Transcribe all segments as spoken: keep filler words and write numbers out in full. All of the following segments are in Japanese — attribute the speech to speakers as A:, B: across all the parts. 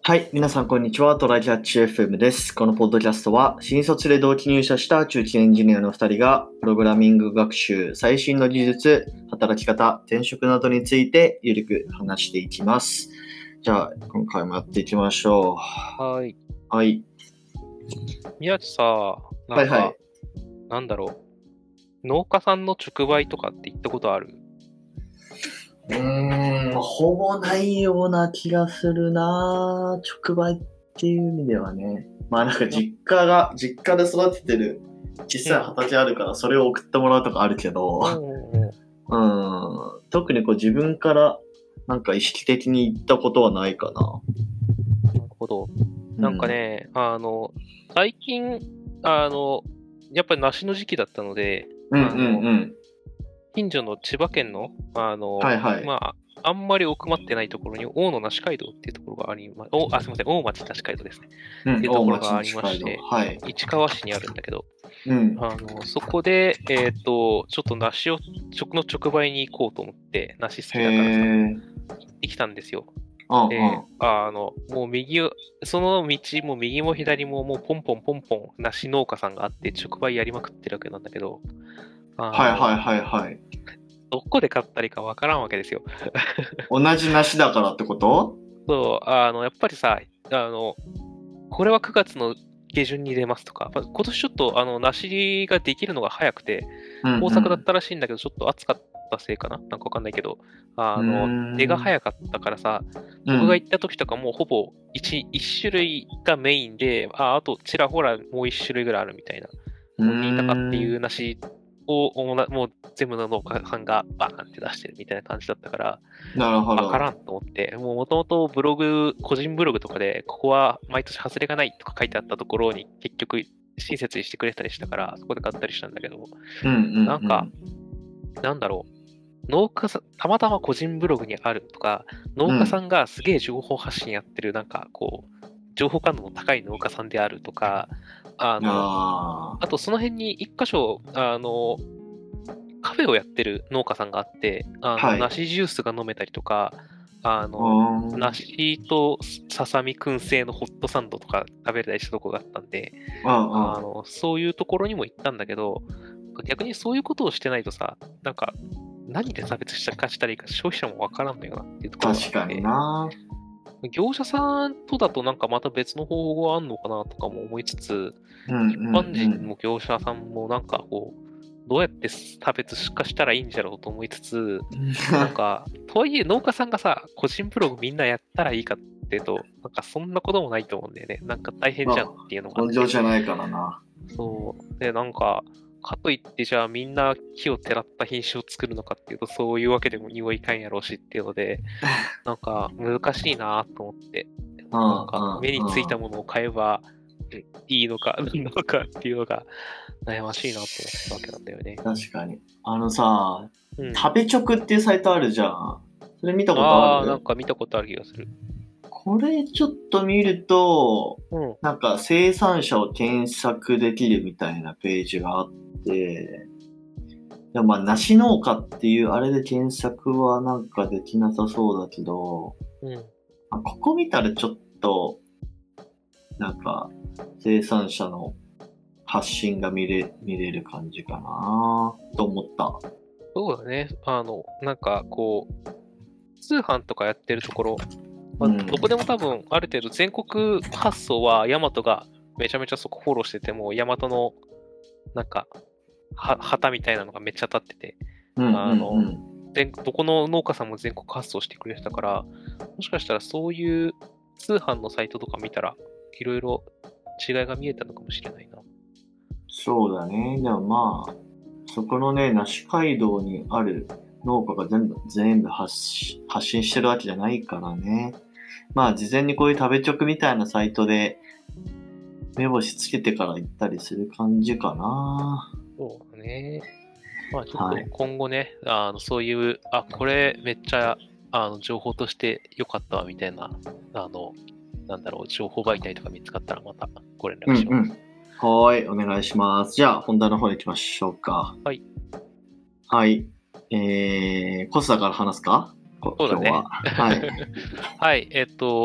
A: はい、皆さんこんにちは。トライキャッチ エフエム です。このポッドキャストは、新卒で同期入社した中堅エンジニアのふたりが、プログラミング学習、最新の技術、働き方、転職などについてゆるく話していきます。じゃあ、今回もやっていきましょ
B: う。はい。
A: はい。
B: 宮地さ、なんか、
A: はいはい、
B: なんだろう、農家さんの直売とかって行ったことある？
A: うーん、ほぼないような気がするな。直売っていう意味ではね。まあなんか実家が、実家で育ててる小さい畑あるからそれを送ってもらうとかあるけど、うん、特にこう自分からなんか意識的に言ったことはないかな。
B: なるほど。なんかね、うん、あの、最近、あの、やっぱり梨の時期だったので、
A: うんうんうん。
B: 近所の千葉県の、あの、
A: はいはい、
B: まあ、あんまり奥まってないところに、大野梨街道っていうところがありま、お、あ、すみません、大町梨街道ですね。
A: うん、
B: っていうところがありまして、
A: はい、
B: 市川市にあるんだけど、
A: うん、
B: あの、そこで、えっ、ー、と、ちょっと梨を、食の直売に行こうと思って、梨好きだからさ、行ってきたんですよ。
A: うん
B: で、あの、もう右を、その道も右も左ももうポンポンポンポン梨農家さんがあって直売やりまくってるわけなんだけど、
A: はいはいはいはい。
B: どこで買ったらいいかわからんわけですよ。
A: 同じ梨だからってこと？
B: そう、あの、やっぱりさ、あの、これはくがつの下旬に出ますとか、今年ちょっとあの梨ができるのが早くて、豊作だったらしいんだけど、ちょっと暑かったせいかななんかわかんないけど、あの、出が早かったからさ、僕が行った時とかもうほぼ 1, 1種類がメインで、ああとちらほらもういち種類ぐらいあるみたいな、新高っていう梨をもう全部の農家さんがバーンって出してるみたいな感じだったから、
A: なるほど。
B: わからんと思って、もう元々ブログ、個人ブログとかで、ここは毎年外れがないとか書いてあったところに結局親切にしてくれたりしたから、そこで買ったりしたんだけど、
A: うんうんうん、
B: なんか、なんだろう、農家さん、たまたま個人ブログにあるとか、農家さんがすげえ情報発信やってる、なんかこう、情報感度の高い農家さんであるとか、あの、あ, あとその辺に一箇所、あの、カフェをやってる農家さんがあって、あの、はい、梨ジュースが飲めたりとか、あの、梨とささみ燻製のホットサンドとか食べれたりしたとこがあったんで、あの、そういうところにも行ったんだけど、逆にそういうことをしてないとさ、なんか、何で差別化したらいいか消費者もわからんのよなっていうところがあって。
A: 確かにな。
B: 業者さんとだとなんかまた別の方法があるのかなとかも思いつつ、うんうんうん、一般人も業者さんもなんかこう、どうやって差別化したらいいんじゃろうと思いつつ、なんか、とはいえ農家さんがさ、個人ブログみんなやったらいいかっていうと、なんかそんなこともないと思うんだよね。なんか大変じゃんっていうのが。
A: 根性じゃないからな。
B: そう。で、なんか、かといってじゃあみんな木をてらった品種を作るのかっていうと、そういうわけでもにはいかんやろうしっていうので、なんか難しいなと思って、なんか目についたものを買えばいいのか、何なのかっていうのが悩ましいなと思ったわけなんだよね。
A: 確かに。あのさ、うん、食べチョクっていうサイトあるじゃん。それ見たことある？
B: ああ、なんか見たことある気がする。
A: これちょっと見ると、うん、なんか生産者を検索できるみたいなページがあって、でもまあ梨農家っていうあれで検索はなんかできなさそうだけど、うん、あここ見たらちょっとなんか生産者の発信が見れ見れる感じかなと思った。
B: そうだね。あのなんかこう通販とかやってるところ、まあ、どこでも多分ある程度全国発送はヤマトがめちゃめちゃそこフォローしててもヤマトのなんかは旗みたいなのがめっちゃ立ってて、うんうんうん、あのどこの農家さんも全国発送してくれてたから、もしかしたらそういう通販のサイトとか見たらいろいろ違いが見えたのかもしれないな。
A: そうだね。でもまあそこのね梨街道にある農家が全部全部発発信してるわけじゃないからね。まあ事前にこういう食べチョクみたいなサイトで目星つけてから行ったりする感じかな。
B: そうだね。まあちょっと今後ね、はい、あのそういうあこれめっちゃあの情報として良かったわみたいなあのなんだろう情報媒体とか見つかったらまたご連絡します。うんうん、
A: はい、お願いします。じゃあ本題の方に行きましょうか。
B: はい。
A: はい。えー、コスタから話すか？
B: そうだね。
A: 今日は。はい。
B: はい。えっと、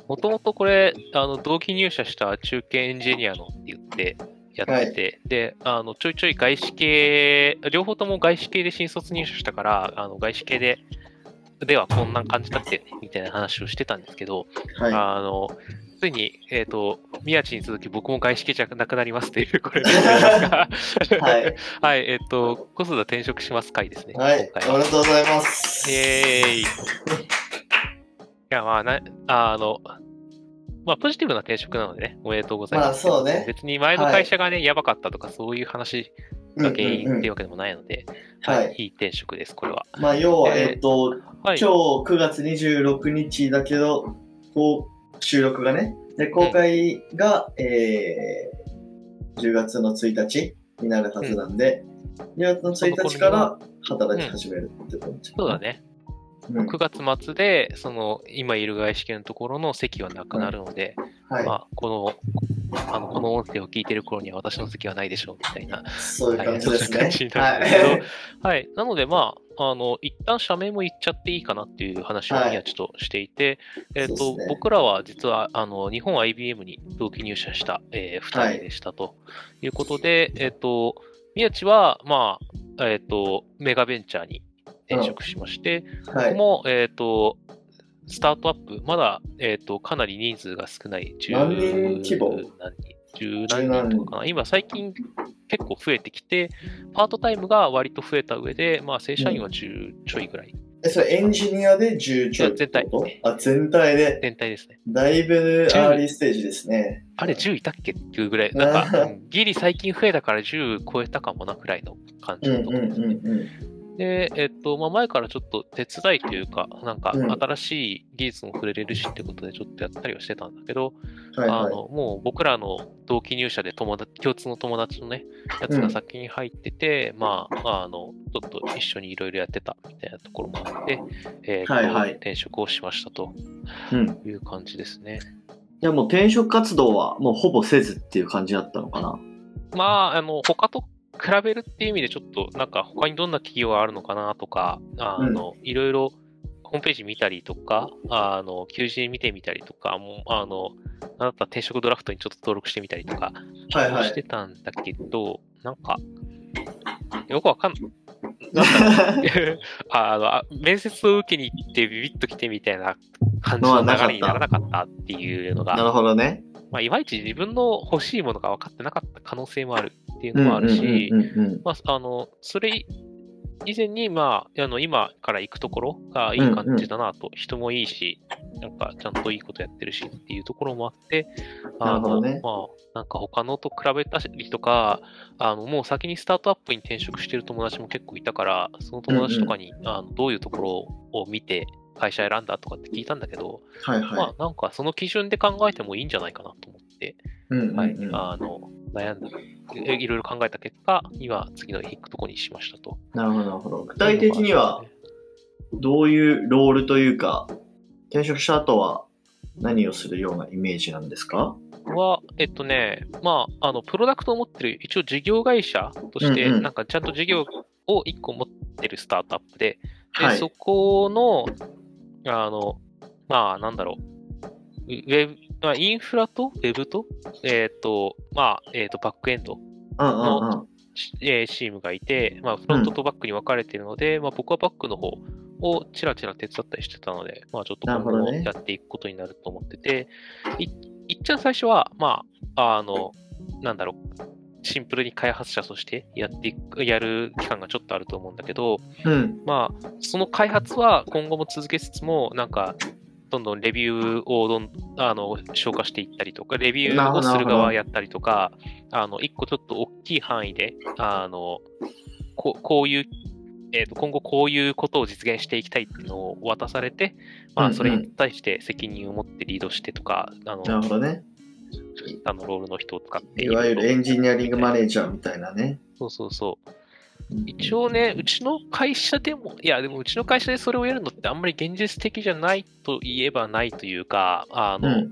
B: もともとこれ、あの同期入社した中堅エンジニアのって言ってやってて、はい、で、あのちょいちょい外資系、両方とも外資系で新卒入社したから、あの外資系で、ではこんな感じだってね、みたいな話をしてたんですけど、はい、あの、ついに、えっ、ー、と、宮地に続き僕も外資系じゃなくなりますっていう、これですか。はい。はい、えっ、ー、と、コスダ転職します回ですね。
A: はい、今回は。おめでとうございます。
B: イエーイ。いや、まあな、あの、まあ、ポジティブな転職なのでね、おめでとうございます。
A: まあ、そうね。
B: 別に前の会社がね、はい、やばかったとか、そういう話が原因っていうわけでもないので、うんうんうん、はい、はい、いい転職です、これは。
A: まあ、要は、えっ、ー、と、はい、今日くがつにじゅうろくにちだけど、こう、収録がね、で、公開が、うん、えー、じゅうがつのついたちになるはずなんで、うん、じゅうがつのついたちから働き始めるってことですね、
B: うん。そうだね。くがつ末で、その、今いる外資系のところの席はなくなるので、はいはい、まあ、この、あの、この音声を聞いてる頃には私の席はないでしょう、みたいな。
A: そういう感じですね。
B: はい、そんな感じになるんですけど、はい、はい。なので、まあ、あの、一旦社名も言っちゃっていいかなっていう話を宮地としていて、はい、えっ、ー、と、ね、僕らは実は、あの、日本 アイビーエム に同期入社した、えー、ふたりでしたということで、はい、えっ、ー、と、宮地は、まあ、えっ、ー、と、メガベンチャーに転職しまして、うん、はい、僕も、えっ、ー、と、スタートアップ、まだ、えっ、ー、と、かなり人数が少ない、
A: じゅう何人規模
B: 何人、十何人とかかな。今、最近結構増えてきて、パートタイムが割と増えた上で、まあ、正社員はじゅうちょいぐらい。
A: え、それエンジニアでじゅうちょいってこと？全体。あ、全体で。
B: 全体ですね。
A: だいぶアーリーステージですね。
B: あれじゅういたっけっていうぐらい、なんか、ギリ最近増えたからじゅう超えたかもなくらいの感じだと思うんですよね。うんうんうんうんで、えっと、まあ、前からちょっと手伝いというか、なんか新しい技術も触れれるしってことでちょっとやったりはしてたんだけど、うん、あの、はいはい、もう僕らの同期入社で友達、共通の友達のね、やつが先に入ってて、うん、まあ、あの、ちょっと一緒にいろいろやってたみたいなところもあって、えーとはいはい、転職をしましたという感じですね。
A: じゃあもう転職活動はもうほぼせずっていう感じだったのかな？
B: まあ、あの、他と比べるっていう意味でちょっとなんか他にどんな企業があるのかなとか、あの、いろいろホームページ見たりとか、あの、求人見てみたりとか、もう、あの、あなた転職ドラフトにちょっと登録してみたりとか、はいはい、してたんだけど、なんか、よくわかんない。なんだあの、面接を受けに行ってビビッと来てみたいな感じの流れにならなかったっていうのが、
A: なるほどね。
B: まあ、いまいち自分の欲しいものが分かってなかった可能性もあるっていうのもあるし、まあ、あの、それ以前に、まあ、あの、今から行くところがいい感じだなと、うんうん、人もいいし、なんかちゃんといいことやってるしっていうところもあって、あの、ね、まあ、なんか他のと比べたりとか、あの、もう先にスタートアップに転職してる友達も結構いたから、その友達とかに、うんうん、あのどういうところを見て、会社選んだとかって聞いたんだけど、はいはい、まあなんかその基準で考えてもいいんじゃないかなと思って、うんうんうん、はい、あの悩んだ、いろいろ考えた結果、今次の引くとこにしましたと。
A: なるほどなるほど。具体的にはどういうロールというか、転職した後は何をするようなイメージなんですか？
B: は、えっとね、まあ、あの、プロダクトを持ってる、一応事業会社として、うんうん、なんかちゃんと事業をいっこ持ってるスタートアップで、で、はい、そこの、あの、まあ、なんだろう、ウェブ、まあ、インフラとウェブと、えっ、ー、と、まあ、えっ、ー、と、バックエンドの、うんうんうん、えー、チームがいて、まあ、フロントとバックに分かれているので、うん、まあ、僕はバックの方をチラチラ手伝ったりしてたので、まあ、ちょっと今後もやっていくことになると思ってて、ね、い, いっちゃん最初は、まあ、あの、なんだろう、シンプルに開発者としてやっていく、やる期間がちょっとあると思うんだけど、うん、まあ、その開発は今後も続けつつも、なんか、どんどんレビューをどんあの消化していったりとか、レビューをする側やったりとか、あの、一個ちょっと大きい範囲で、あの、こ, こういう、えーと、今後こういうことを実現していきたいっていうのを渡されて、まあ、それに対して責任を持ってリードしてとか、
A: うんうん、あの、なるほどね。
B: あのロールの人を使って、
A: いわゆるエンジニアリングマネージャーみたいなね。
B: そうそうそう。一応ね、うちの会社でも、いや、でもうちの会社でそれをやるのってあんまり現実的じゃないと言えばないというか、あの、うん、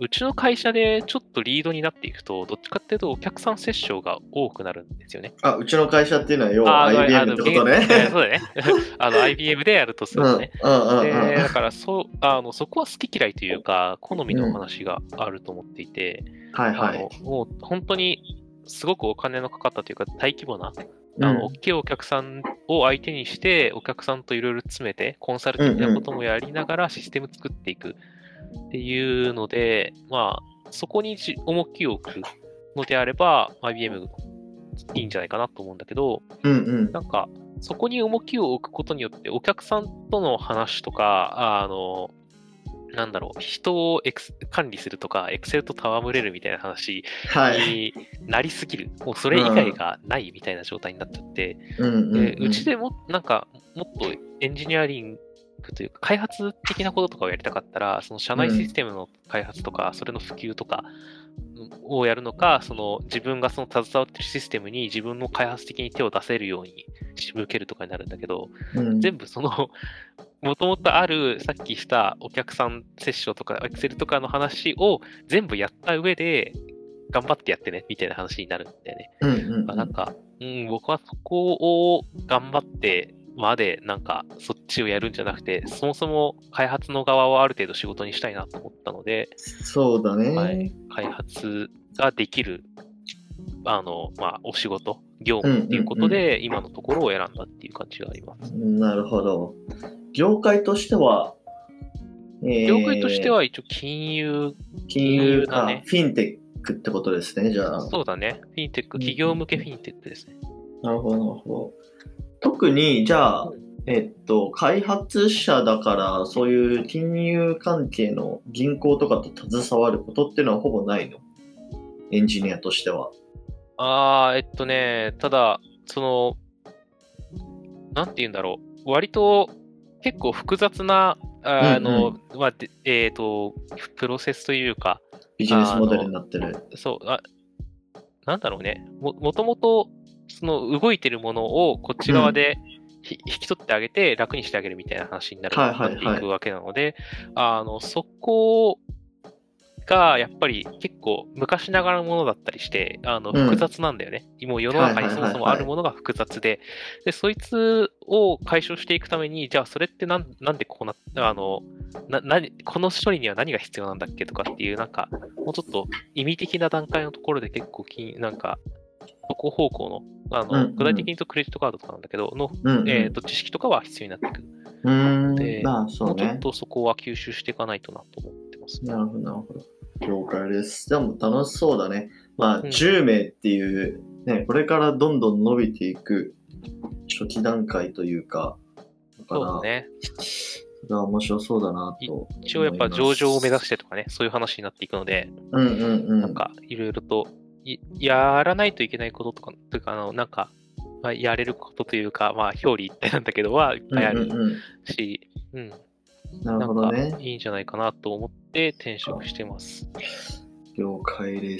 B: うちの会社でちょっとリードになっていくと、どっちかっていうとお客さん接触が多くなるんですよね。
A: あ、うちの会社っていうのは要は アイビーエム ってことね。
B: えー、そうだね。あの アイビーエム でやるとそうですね。
A: うんうんうんうん、
B: で、だからそ、あのそこは好き嫌いというか、好みの話があると思っていて、
A: うん、はいはい。
B: あのもう本当にすごくお金のかかったというか、大規模な、あの、大きいお客さんを相手にして、お客さんといろいろ詰めて、コンサル的なこともやりながらシステム作っていくっていうので、まあ、そこに重きを置くのであれば、アイビーエム いいんじゃないかなと思うんだけど、
A: うんうん、
B: なんか、そこに重きを置くことによって、お客さんとの話とか、あの、なんだろう、人をエクス管理するとか、エクセルと戯れるみたいな話になりすぎる。はい、もうそれ以外がないみたいな状態になっちゃって、
A: うんうんうん、
B: でうちでも、なんか、もっとエンジニアリングというか、開発的なこととかをやりたかったら、その社内システムの開発とか、うん、それの普及とかをやるのか、その自分がその携わってるシステムに自分の開発的に手を出せるように仕向けるとかになるんだけど、うん、全部その、もともとあるさっきしたお客さんセッションとかエクセルとかの話を全部やった上で頑張ってやってねみたいな話になるんだよね。
A: うんうんうん、
B: なんか、うん、僕はそこを頑張ってまでなんかそっちをやるんじゃなくて、そもそも開発の側をある程度仕事にしたいなと思ったので、
A: そうだね。
B: はい、開発ができるあの、まあ、お仕事、業務っていうことで、うんうんうん、今のところを選んだっていう感じがあります。
A: なるほど。業界としては、
B: えー、業界としては一応金融、
A: 金融だね。フィンテックってことですね、じゃあ。
B: そうだね。フィンテック、企業向けフィンテックですね。
A: なるほど、なるほど。特に、じゃあ、えっと、開発者だから、そういう金融関係の銀行とかと携わることっていうのはほぼないの？エンジニアとしては。
B: あー、えっとね、ただ、その、なんて言うんだろう。割と結構複雑な、あの、うんうん、まあ、えっと、プロセスというか、
A: ビジネスモデルになってる。
B: そう、あ、なんだろうね。も、もともと、その動いてるものをこっち側で、うん、引き取ってあげて楽にしてあげるみたいな話になる、はいはいはい、なっていくわけなので、あの、そこがやっぱり結構昔ながらのものだったりして、あの、複雑なんだよね。うん、もう世の中にそもそもあるものが複雑で、で、そいつを解消していくために、じゃあそれってなん、なんでこうな、あの、な、な、この処理には何が必要なんだっけとかっていう、なんか、もうちょっと意味的な段階のところで結構き、なんか、そこ方向の、あの、うんうん、具体的に言うとクレジットカードとかなんだけど、の、うんうん、えっと、知識とかは必要になってくる。
A: うーん、
B: で、
A: まあそうね、
B: もうちょっとそこは吸収していかないとなと思ってます、
A: ね。なるほど、なるほど。了解です。でも楽しそうだね。まあ、じゅうめいっていう、ね、これからどんどん伸びていく初期段階というか、だから、
B: そうだね。
A: それは面白そうだなと。
B: 一応やっぱ上場を目指してとかね、そういう話になっていくので、
A: うんうんうん、
B: なんかいろいろとやらないといけないこととか、というか、あの、なんか、まあ、やれることというか、まあ、表裏一体なんだけどはいっぱいあるし、うん、うんうん、
A: なるほどね。
B: なんかいいんじゃないかなと思って転職してます。
A: 了解です。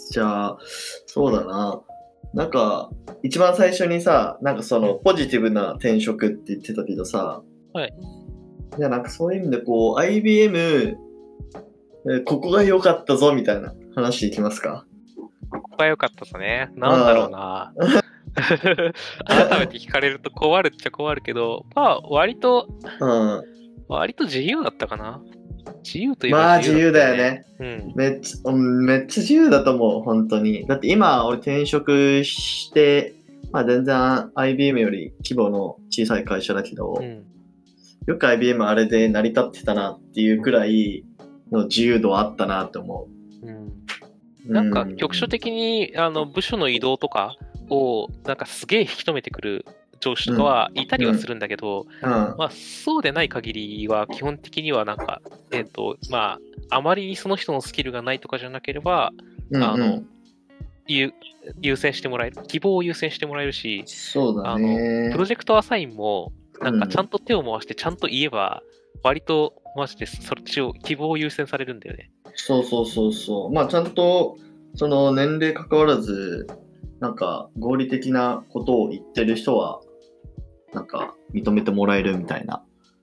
A: じゃあ、そうだな。なんか、一番最初にさ、なんかその、ポジティブな転職って言ってたけどさ、
B: はい。
A: いや、なんかそういう意味でこう、アイビーエム、ここが良かったぞみたいな話いきますか？
B: ここが良かったぞね。なんだろうな。改めて聞かれると困るっちゃ困るけど、まあ、割と、うん、割と自由だったかな。自由という
A: か自由だったよね。
B: まあ自由だよね。
A: うん。めっちゃ、めっちゃ自由だと思う、本当に。だって今、俺転職して、まあ全然 アイビーエム より規模の小さい会社だけど、うん、よく アイビーエム あれで成り立ってたなっていうくらいの自由度はあったなって思う。
B: うん。なんか局所的にあの部署の移動とかをなんかすげえ引き止めてくる上司とかはいたりはするんだけど、うんうん、まあそうでない限りは基本的にはなんか、えっと、まああまりにその人のスキルがないとかじゃなければ、うんうん、あの、優先してもらえる、希望を優先してもらえるし、
A: そうだね、
B: あのプロジェクトアサインもなんかちゃんと手を回してちゃんと言えば、割とマジでそっちを希望を優先されるんだよね。
A: そうそうそうそう。まあちゃんとその年齢関わらず、なんか合理的なことを言ってる人はなんか認めてもらえるみたいな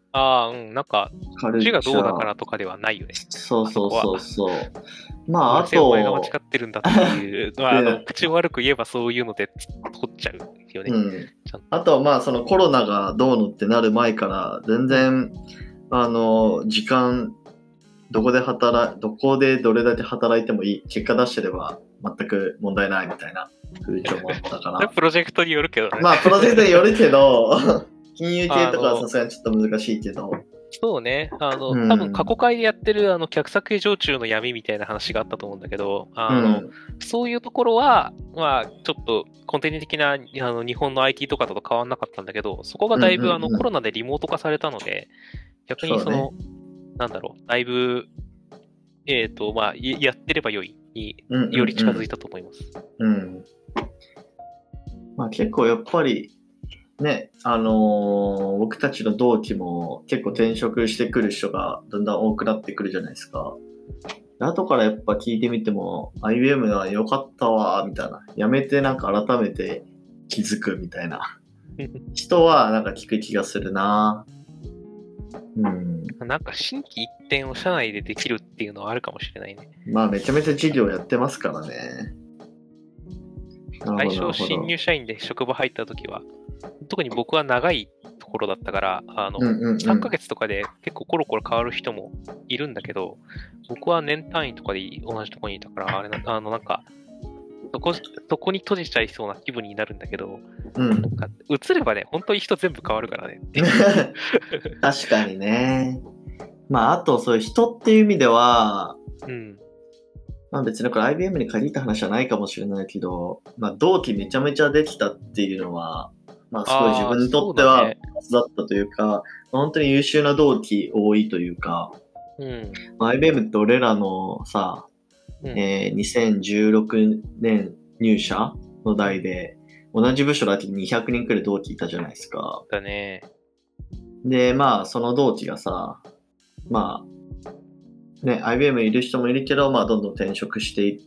B: ああ、うん、なんか、
A: カルチャー。
B: 字がどうだからとかではないよね。
A: そうそうそうそう。まあ、あ
B: なぜお前が間違
A: と、
B: ってるんだっていう、まあ、あの、口悪く言えばそういうので取っちゃうよね。
A: うん。あとはまあ、そのコロナがどうのってなる前から、全然、うん、あの、時間、どこで働、どこでどれだけ働いてもいい、結果出してれば全く問題ないみたいな風潮もあったから。
B: プロジェクトによるけどね。
A: まあ、プロジェクトによるけど、金融系とかはさすがにちょっと難しいけど。
B: そうね。あの、
A: うん、
B: 多分過去会でやってる、あの、客先営常駐の闇みたいな話があったと思うんだけど、あの、うん、そういうところは、まあ、ちょっと、コンテンツ的な、あの、日本の アイティー とかと変わんなかったんだけど、そこがだいぶ、うんうんうん、あの、コロナでリモート化されたので、逆にその、ね、なんだろう、だいぶ、えっ、ー、と、まあ、やってればよいにより近づいたと思います。
A: うん、うんうん。まあ結構やっぱり、ね、あのー、僕たちの同期も結構転職してくる人がだんだん多くなってくるじゃないですか。後からやっぱ聞いてみても、アイビーエム は良かったわ、みたいな。やめてなんか改めて気づくみたいな人はなんか聞く気がするな。
B: うん。なんか新規一転を社内でできるっていうのはあるかもしれないね。
A: まあめちゃめちゃ事業やってますからね。
B: 最初新入社員で職場入った時は、特に僕は長いところだったから、あの、うんうんうん、さんかげつとかで結構コロコロ変わる人もいるんだけど、僕は年単位とかで同じところにいたから、あれな、あの、なんか、そこ、そこに閉じちゃいそうな気分になるんだけど、うん、なんか移ればね、本当に人全部変わるからね。
A: 確かにね。まあ、あと、そういう人っていう意味では、うん。まあ別にこれ アイビーエム に限った話じゃないかもしれないけど、まあ同期めちゃめちゃできたっていうのは、まあすごい自分にとってはプラスだったというか、うね、本当に優秀な同期多いというか、うん。まあ、アイビーエム って俺らのさ、うん、えー、にせんじゅうろくねん入社の代で、同じ部署だけでにひゃくにんくらい同期いたじゃないですか。
B: だね。
A: で、まあその同期がさ、まあ、ね、アイビーエム いる人もいるけど、まあ、どんどん転職していって、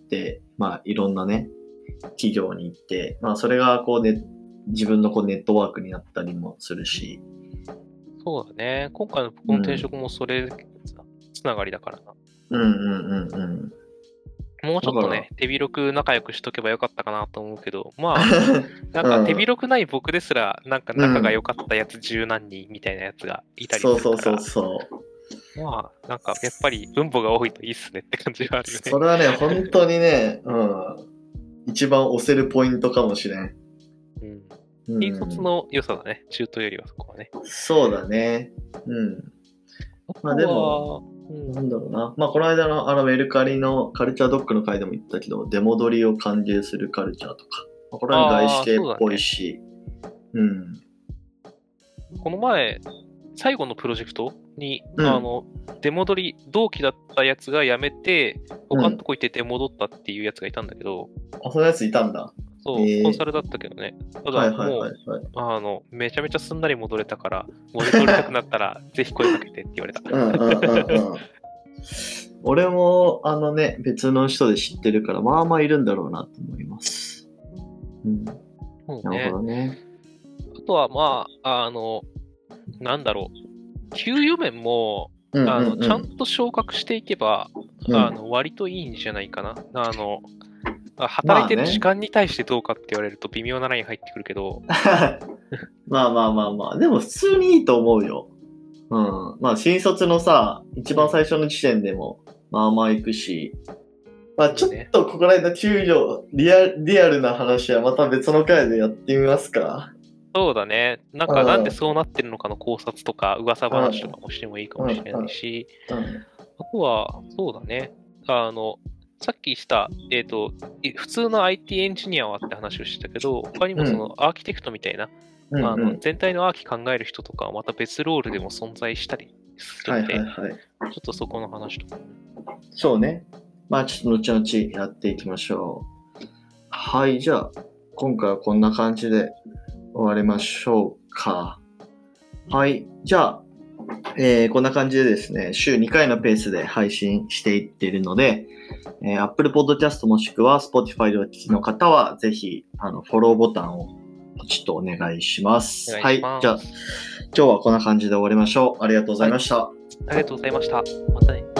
A: まあ、いろんなね、企業に行って、まあ、それがこうね、自分のこうネットワークになったりもするし。
B: そうだね。今回の僕の転職もそれつながりだからな。
A: うんうんうんうん。
B: もうちょっとね、手広く仲良くしとけばよかったかなと思うけど、まあ、なんか手広くない僕ですら、なんか仲が良かったやつ十何人みたいなやつがいたりするから。
A: そうそうそうそう。
B: まあ、なんかやっぱり分母が多いといいっすねって感じがあるよね。
A: それはね、本当にね、うん、一番押せるポイントかもしれん。
B: うん。新卒の良さだね、中途よりはそこはね。
A: そうだね。うん。まあでも、うん、なんだろうな。まあこの間のあのメルカリのカルチャードッグの回でも言ったけど、出戻りを歓迎するカルチャーとか。まあ、これは外資系っぽいし。うね、うん。
B: この前、最後のプロジェクトに、うん、あの、出戻り、同期だったやつが辞めて、他のとこ行って出戻ったっていうやつがいたんだけど。
A: うん、あ、そのやついたんだ。
B: そう、えー、コンサルだったけどね。ただ、もう、あの、めちゃめちゃすんなり戻れたから、戻りたくなったら、ぜひ声かけてって言われた。うんうんうんうん、
A: 俺も、あのね、別の人で知ってるから、まあまあいるんだろうなと思います。うん。
B: そうね、なるほどね。あとは、まあ、あの、なんだろう。給与面も、うんうんうん、あのちゃんと昇格していけば、うん、あの割といいんじゃないかな。あの働いてる時間に対してどうかって言われると微妙なライン入ってくるけど。
A: まあまあまあまあ。でも普通にいいと思うよ。うん。まあ新卒のさ、一番最初の時点でも、まあまあ行くし。まあちょっとここら辺の給料、リア、リアルな話はまた別の回でやってみますか。
B: そうだね。なんかなんでそうなってるのかの考察とか噂話とかもしてもいいかもしれないし、あとは、そうだね。あの、さっきした、えっと、普通の アイティー エンジニアはって話をしてたけど、他にもそのアーキテクトみたいな、うん、あの全体のアーキ考える人とかはまた別ロールでも存在したりするんで、はいはいはい、ちょっとそこの話とか。
A: そうね。まあちょっと後々やっていきましょう。はい、じゃあ、今回はこんな感じで終わりましょうか。はい。じゃあ、えー、こんな感じでですね、週にかいのペースで配信していっているので、えー、Apple Podcast もしくは Spotify でお聞きの方は、ぜひ、あの、フォローボタンをポチッとお願いします。
B: お願いします。
A: はい。じゃあ、今日はこんな感じで終わりましょう。ありがとうございました。はい、
B: ありがとうございました。またね。